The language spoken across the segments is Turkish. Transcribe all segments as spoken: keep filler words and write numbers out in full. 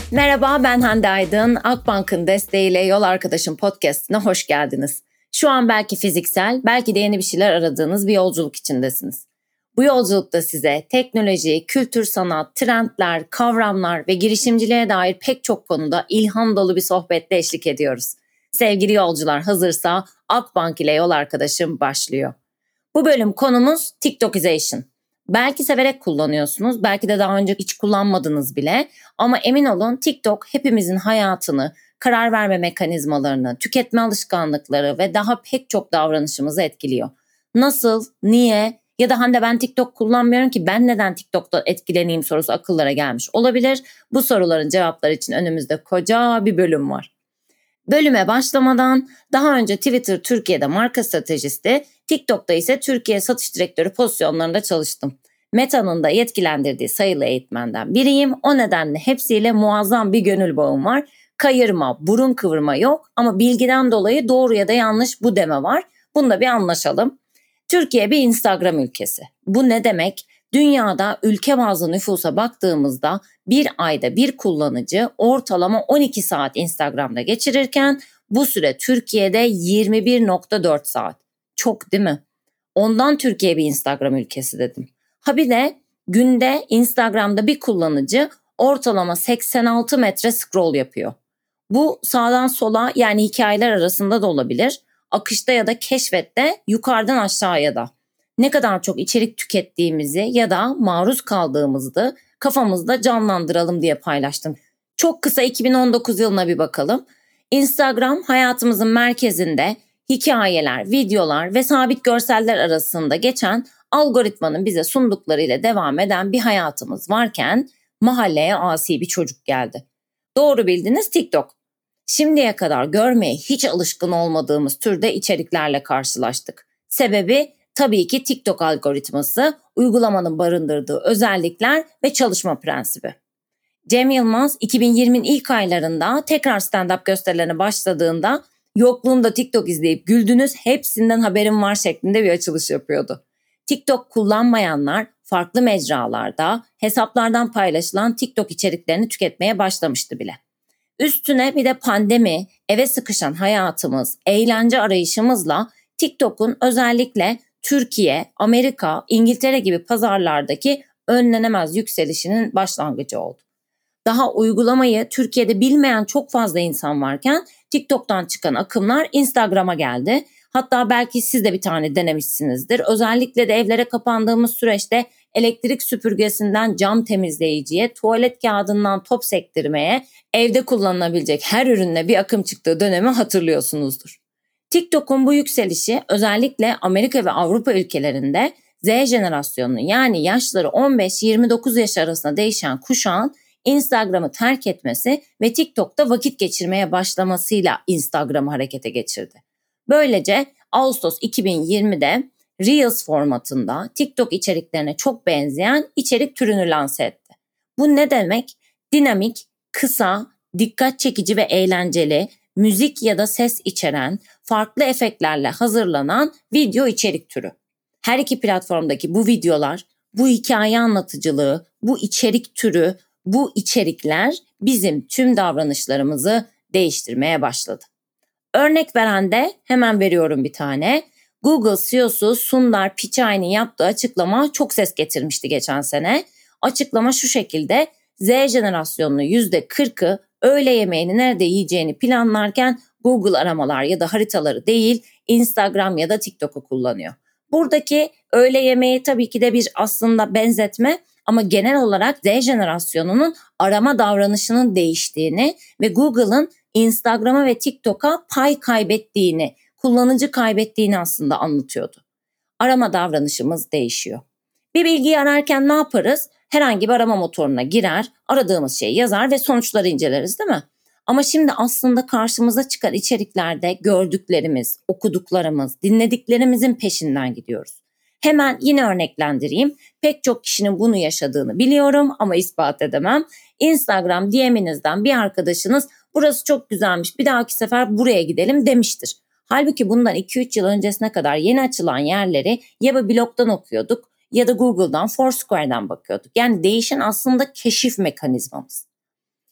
Merhaba, ben Hande Aydın. Akbank'ın desteğiyle Yol Arkadaşım podcast'ine hoş geldiniz. Şu an belki fiziksel, belki de yeni bir şeyler aradığınız bir yolculuk içindesiniz. Bu yolculukta size teknoloji, kültür, sanat, trendler, kavramlar ve girişimciliğe dair pek çok konuda ilham dolu bir sohbetle eşlik ediyoruz. Sevgili yolcular, hazırsa Akbank ile Yol Arkadaşım başlıyor. Bu bölüm konumuz TikTokization. Belki severek kullanıyorsunuz, belki de daha önce hiç kullanmadınız bile ama emin olun TikTok hepimizin hayatını, karar verme mekanizmalarını, tüketme alışkanlıkları ve daha pek çok davranışımızı etkiliyor. Nasıl, niye ya da Hande ben TikTok kullanmıyorum ki ben neden TikTok'ta etkileneyim sorusu akıllara gelmiş olabilir. Bu soruların cevapları için önümüzde koca bir bölüm var. Bölüme başlamadan daha önce Twitter Türkiye'de marka stratejisti, TikTok'ta ise Türkiye satış direktörü pozisyonlarında çalıştım. Meta'nın da yetkilendirdiği sayılı eğitmenden biriyim. O nedenle hepsiyle muazzam bir gönül bağım var. Kayırma, burun kıvırma yok ama bilgiden dolayı doğru ya da yanlış bu deme var. Bunda bir anlaşalım. Türkiye bir Instagram ülkesi. Bu ne demek? Dünyada ülke bazlı nüfusa baktığımızda bir ayda bir kullanıcı ortalama on iki saat Instagram'da geçirirken bu süre Türkiye'de yirmi bir nokta dört saat. Çok değil mi? Ondan Türkiye bir Instagram ülkesi dedim. Ha bir de günde Instagram'da bir kullanıcı ortalama seksen altı metre scroll yapıyor. Bu sağdan sola yani hikayeler arasında da olabilir. Akışta ya da keşfette yukarıdan aşağıya da. Ne kadar çok içerik tükettiğimizi ya da maruz kaldığımızı kafamızda canlandıralım diye paylaştım. Çok kısa iki bin on dokuz yılına bir bakalım. Instagram hayatımızın merkezinde hikayeler, videolar ve sabit görseller arasında geçen algoritmanın bize sunduklarıyla devam eden bir hayatımız varken mahalleye asi bir çocuk geldi. Doğru bildiniz, TikTok. Şimdiye kadar görmeye hiç alışkın olmadığımız türde içeriklerle karşılaştık. Sebebi tabii ki TikTok algoritması, uygulamanın barındırdığı özellikler ve çalışma prensibi. Cem Yılmaz iki bin yirminin ilk aylarında tekrar stand-up gösterilerine başladığında yokluğumda TikTok izleyip güldünüz hepsinden haberim var şeklinde bir açılış yapıyordu. TikTok kullanmayanlar farklı mecralarda hesaplardan paylaşılan TikTok içeriklerini tüketmeye başlamıştı bile. Üstüne bir de pandemi, eve sıkışan hayatımız, eğlence arayışımızla TikTok'un özellikle Türkiye, Amerika, İngiltere gibi pazarlardaki önlenemez yükselişinin başlangıcı oldu. Daha uygulamayı Türkiye'de bilmeyen çok fazla insan varken TikTok'tan çıkan akımlar Instagram'a geldi. Hatta belki siz de bir tane denemişsinizdir. Özellikle de evlere kapandığımız süreçte elektrik süpürgesinden cam temizleyiciye, tuvalet kağıdından top sektirmeye, evde kullanılabilecek her ürünle bir akım çıktığı dönemi hatırlıyorsunuzdur. TikTok'un bu yükselişi özellikle Amerika ve Avrupa ülkelerinde Z jenerasyonunu yani yaşları on beş yirmi dokuz yaş arasında değişen kuşağın Instagram'ı terk etmesi ve TikTok'ta vakit geçirmeye başlamasıyla Instagram'ı harekete geçirdi. Böylece Ağustos iki bin yirmide Reels formatında TikTok içeriklerine çok benzeyen içerik türünü lanse etti. Bu ne demek? Dinamik, kısa, dikkat çekici ve eğlenceli, müzik ya da ses içeren, farklı efektlerle hazırlanan video içerik türü. Her iki platformdaki bu videolar, bu hikaye anlatıcılığı, bu içerik türü, bu içerikler bizim tüm davranışlarımızı değiştirmeye başladı. Örnek veren de hemen veriyorum bir tane. Google C E O'su Sundar Pichai'nin yaptığı açıklama çok ses getirmişti geçen sene. Açıklama şu şekilde: Z jenerasyonunun yüzde kırkı öğle yemeğini nerede yiyeceğini planlarken Google aramalar ya da haritaları değil Instagram ya da TikTok'u kullanıyor. Buradaki öğle yemeği tabii ki de bir aslında benzetme ama genel olarak Z jenerasyonunun arama davranışının değiştiğini ve Google'ın Instagram'a ve TikTok'a pay kaybettiğini, kullanıcı kaybettiğini aslında anlatıyordu. Arama davranışımız değişiyor. Bir bilgiyi ararken ne yaparız? Herhangi bir arama motoruna girer, aradığımız şeyi yazar ve sonuçları inceleriz, değil mi? Ama şimdi aslında karşımıza çıkan içeriklerde gördüklerimiz, okuduklarımız, dinlediklerimizin peşinden gidiyoruz. Hemen yine örneklendireyim. Pek çok kişinin bunu yaşadığını biliyorum ama ispat edemem. Instagram D M'inizden bir arkadaşınız burası çok güzelmiş, bir dahaki sefer buraya gidelim demiştir. Halbuki bundan iki üç yıl öncesine kadar yeni açılan yerleri ya bir blogdan okuyorduk ya da Google'dan, Foursquare'dan bakıyorduk. Yani değişen aslında keşif mekanizmamız.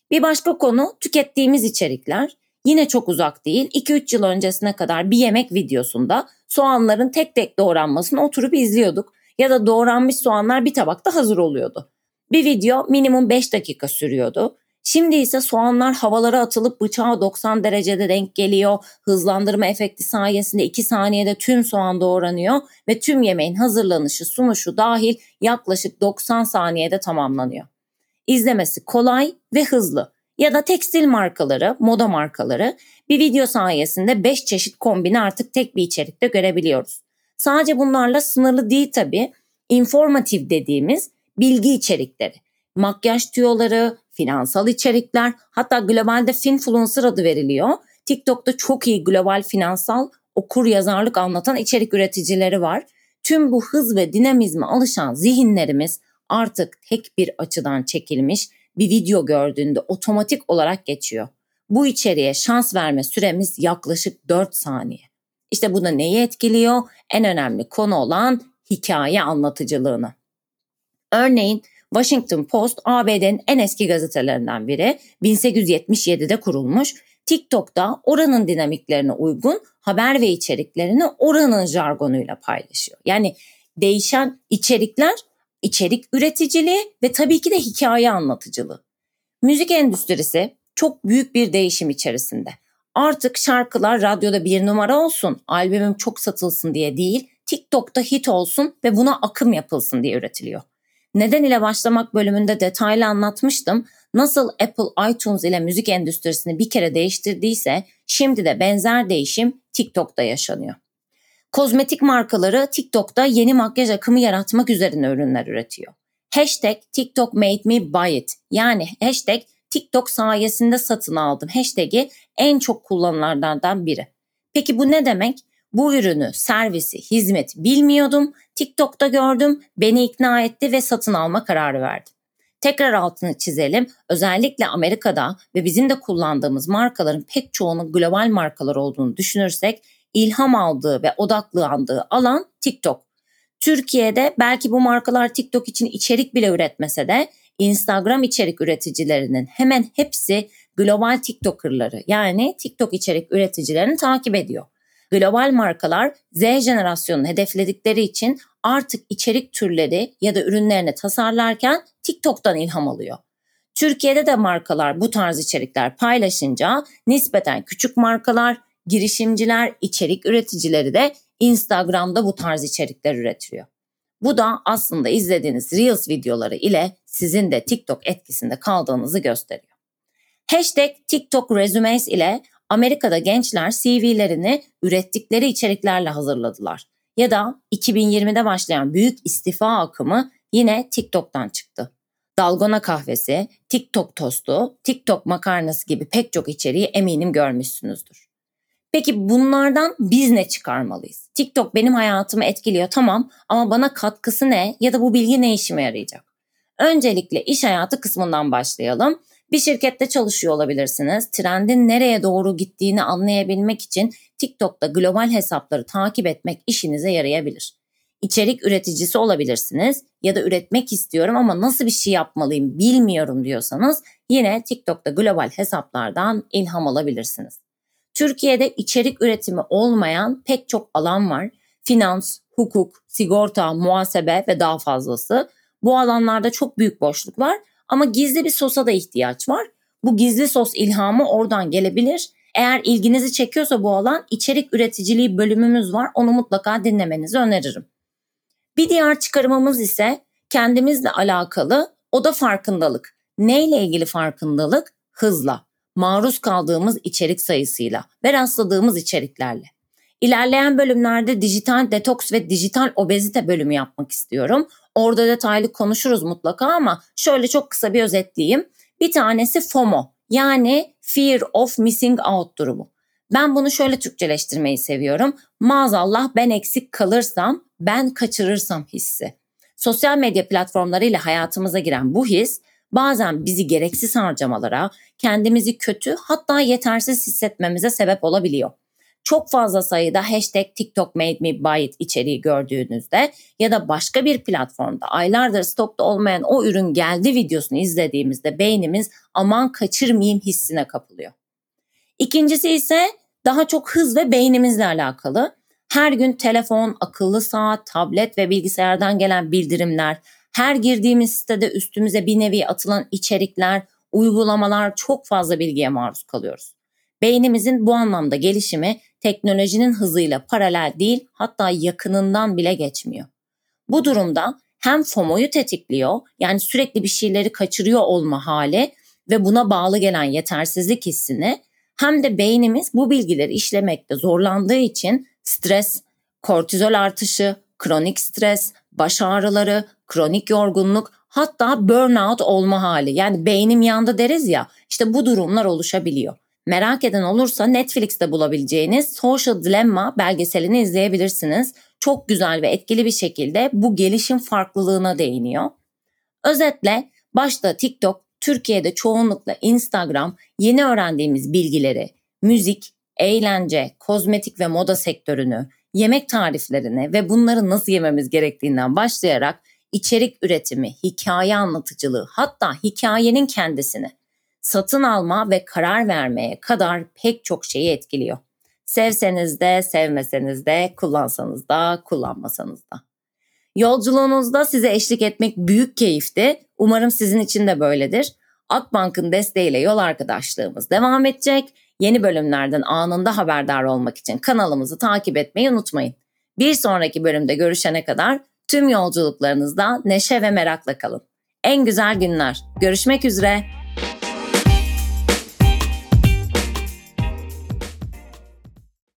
Bir başka konu tükettiğimiz içerikler. Yine çok uzak değil. iki üç yıl öncesine kadar bir yemek videosunda soğanların tek tek doğranmasını oturup izliyorduk. Ya da doğranmış soğanlar bir tabakta hazır oluyordu. Bir video minimum beş dakika sürüyordu. Şimdi ise soğanlar havalara atılıp bıçağa doksan derecede denk geliyor. Hızlandırma efekti sayesinde iki saniyede tüm soğan doğranıyor ve tüm yemeğin hazırlanışı, sunuşu dahil yaklaşık doksan saniyede tamamlanıyor. İzlemesi kolay ve hızlı. Ya da tekstil markaları, moda markaları bir video sayesinde beş çeşit kombini artık tek bir içerikte görebiliyoruz. Sadece bunlarla sınırlı değil tabii. Informatif dediğimiz bilgi içerikleri, makyaj tüyoları, finansal içerikler, hatta globalde finfluencer adı veriliyor. TikTok'ta çok iyi global finansal okur yazarlık anlatan içerik üreticileri var. Tüm bu hız ve dinamizme alışan zihinlerimiz artık tek bir açıdan çekilmiş bir video gördüğünde otomatik olarak geçiyor. Bu içeriğe şans verme süremiz yaklaşık dört saniye. İşte bu da neyi etkiliyor? En önemli konu olan hikaye anlatıcılığını. Örneğin Washington Post A B D'nin en eski gazetelerinden biri, bin sekiz yüz yetmiş yedide kurulmuş. TikTok'ta oranın dinamiklerine uygun haber ve içeriklerini oranın jargonuyla paylaşıyor. Yani değişen içerikler, içerik üreticiliği ve tabii ki de hikaye anlatıcılığı. Müzik endüstrisi çok büyük bir değişim içerisinde. Artık şarkılar radyoda bir numara olsun, albümüm çok satılsın diye değil, TikTok'ta hit olsun ve buna akım yapılsın diye üretiliyor. Neden ile başlamak bölümünde detaylı anlatmıştım. Nasıl Apple iTunes ile müzik endüstrisini bir kere değiştirdiyse şimdi de benzer değişim TikTok'ta yaşanıyor. Kozmetik markaları TikTok'ta yeni makyaj akımı yaratmak üzerine ürünler üretiyor. Hashtag TikTok made me buy it, yani hashtag TikTok sayesinde satın aldım hashtag'i en çok kullanılanlardan biri. Peki bu ne demek? Bu ürünü, servisi, hizmeti bilmiyordum, TikTok'ta gördüm, beni ikna etti ve satın alma kararı verdim. Tekrar altını çizelim, özellikle Amerika'da ve bizim de kullandığımız markaların pek çoğunun global markalar olduğunu düşünürsek, ilham aldığı ve odaklandığı alan TikTok. Türkiye'de belki bu markalar TikTok için içerik bile üretmese de Instagram içerik üreticilerinin hemen hepsi global TikToker'ları, yani TikTok içerik üreticilerini takip ediyor. Global markalar Z jenerasyonunu hedefledikleri için artık içerik türleri ya da ürünlerini tasarlarken TikTok'tan ilham alıyor. Türkiye'de de markalar bu tarz içerikler paylaşınca nispeten küçük markalar, girişimciler, içerik üreticileri de Instagram'da bu tarz içerikler üretiyor. Bu da aslında izlediğiniz Reels videoları ile sizin de TikTok etkisinde kaldığınızı gösteriyor. Hashtag TikTok Resumes ile Amerika'da gençler C V'lerini ürettikleri içeriklerle hazırladılar. Ya da iki bin yirmide başlayan büyük istifa akımı yine TikTok'tan çıktı. Dalgona kahvesi, TikTok tostu, TikTok makarnası gibi pek çok içeriği eminim görmüşsünüzdür. Peki bunlardan biz ne çıkarmalıyız? TikTok benim hayatımı etkiliyor, tamam, ama bana katkısı ne ya da bu bilgi ne işime yarayacak? Öncelikle iş hayatı kısmından başlayalım. Bir şirkette çalışıyor olabilirsiniz. Trendin nereye doğru gittiğini anlayabilmek için TikTok'ta global hesapları takip etmek işinize yarayabilir. İçerik üreticisi olabilirsiniz ya da üretmek istiyorum ama nasıl bir şey yapmalıyım bilmiyorum diyorsanız yine TikTok'ta global hesaplardan ilham alabilirsiniz. Türkiye'de içerik üretimi olmayan pek çok alan var. Finans, hukuk, sigorta, muhasebe ve daha fazlası. Bu alanlarda çok büyük boşluk var ama gizli bir sosa da ihtiyaç var. Bu gizli sos ilhamı oradan gelebilir. Eğer ilginizi çekiyorsa bu alan, içerik üreticiliği bölümümüz var. Onu mutlaka dinlemenizi öneririm. Bir diğer çıkarımımız ise kendimizle alakalı, o da farkındalık. Neyle ilgili farkındalık? Hızla, maruz kaldığımız içerik sayısıyla ve rastladığımız içeriklerle. İlerleyen bölümlerde dijital detoks ve dijital obezite bölümü yapmak istiyorum. Orada detaylı konuşuruz mutlaka ama şöyle çok kısa bir özetleyeyim. Bir tanesi FOMO, yani Fear of Missing Out durumu. Ben bunu şöyle Türkçeleştirmeyi seviyorum. Maazallah ben eksik kalırsam, ben kaçırırsam hissi. Sosyal medya platformlarıyla hayatımıza giren bu his bazen bizi gereksiz harcamalara, kendimizi kötü hatta yetersiz hissetmemize sebep olabiliyor. çok fazla sayıda hashtag TikTok made me buy it içeriği gördüğünüzde ya da başka bir platformda aylardır stokta olmayan o ürün geldi videosunu izlediğimizde beynimiz aman kaçırmayayım hissine kapılıyor. İkincisi ise daha çok hız ve beynimizle alakalı. Her gün telefon, akıllı saat, tablet ve bilgisayardan gelen bildirimler, her girdiğimiz sitede üstümüze bir nevi atılan içerikler, uygulamalar, çok fazla bilgiye maruz kalıyoruz. Beynimizin bu anlamda gelişimi teknolojinin hızıyla paralel değil, hatta yakınından bile geçmiyor. Bu durumda hem FOMO'yu tetikliyor, yani sürekli bir şeyleri kaçırıyor olma hali ve buna bağlı gelen yetersizlik hissini, hem de beynimiz bu bilgileri işlemekte zorlandığı için stres, kortizol artışı, kronik stres, baş ağrıları, kronik yorgunluk, hatta burnout olma hali, yani beynim yandı deriz ya, işte bu durumlar oluşabiliyor. Merak eden olursa Netflix'te bulabileceğiniz Social Dilemma belgeselini izleyebilirsiniz. Çok güzel ve etkili bir şekilde bu gelişim farklılığına değiniyor. Özetle başta TikTok, Türkiye'de çoğunlukla Instagram yeni öğrendiğimiz bilgileri, müzik, eğlence, kozmetik ve moda sektörünü, yemek tariflerini ve bunları nasıl yememiz gerektiğinden başlayarak içerik üretimi, hikaye anlatıcılığı, hatta hikayenin kendisini satın alma ve karar vermeye kadar pek çok şeyi etkiliyor. Sevseniz de, sevmeseniz de, kullansanız da, kullanmasanız da. Yolculuğunuzda size eşlik etmek büyük keyifti. Umarım sizin için de böyledir. Akbank'ın desteğiyle yol arkadaşlığımız devam edecek. Yeni bölümlerden anında haberdar olmak için kanalımızı takip etmeyi unutmayın. Bir sonraki bölümde görüşene kadar tüm yolculuklarınızda neşe ve merakla kalın. En güzel günler. Görüşmek üzere.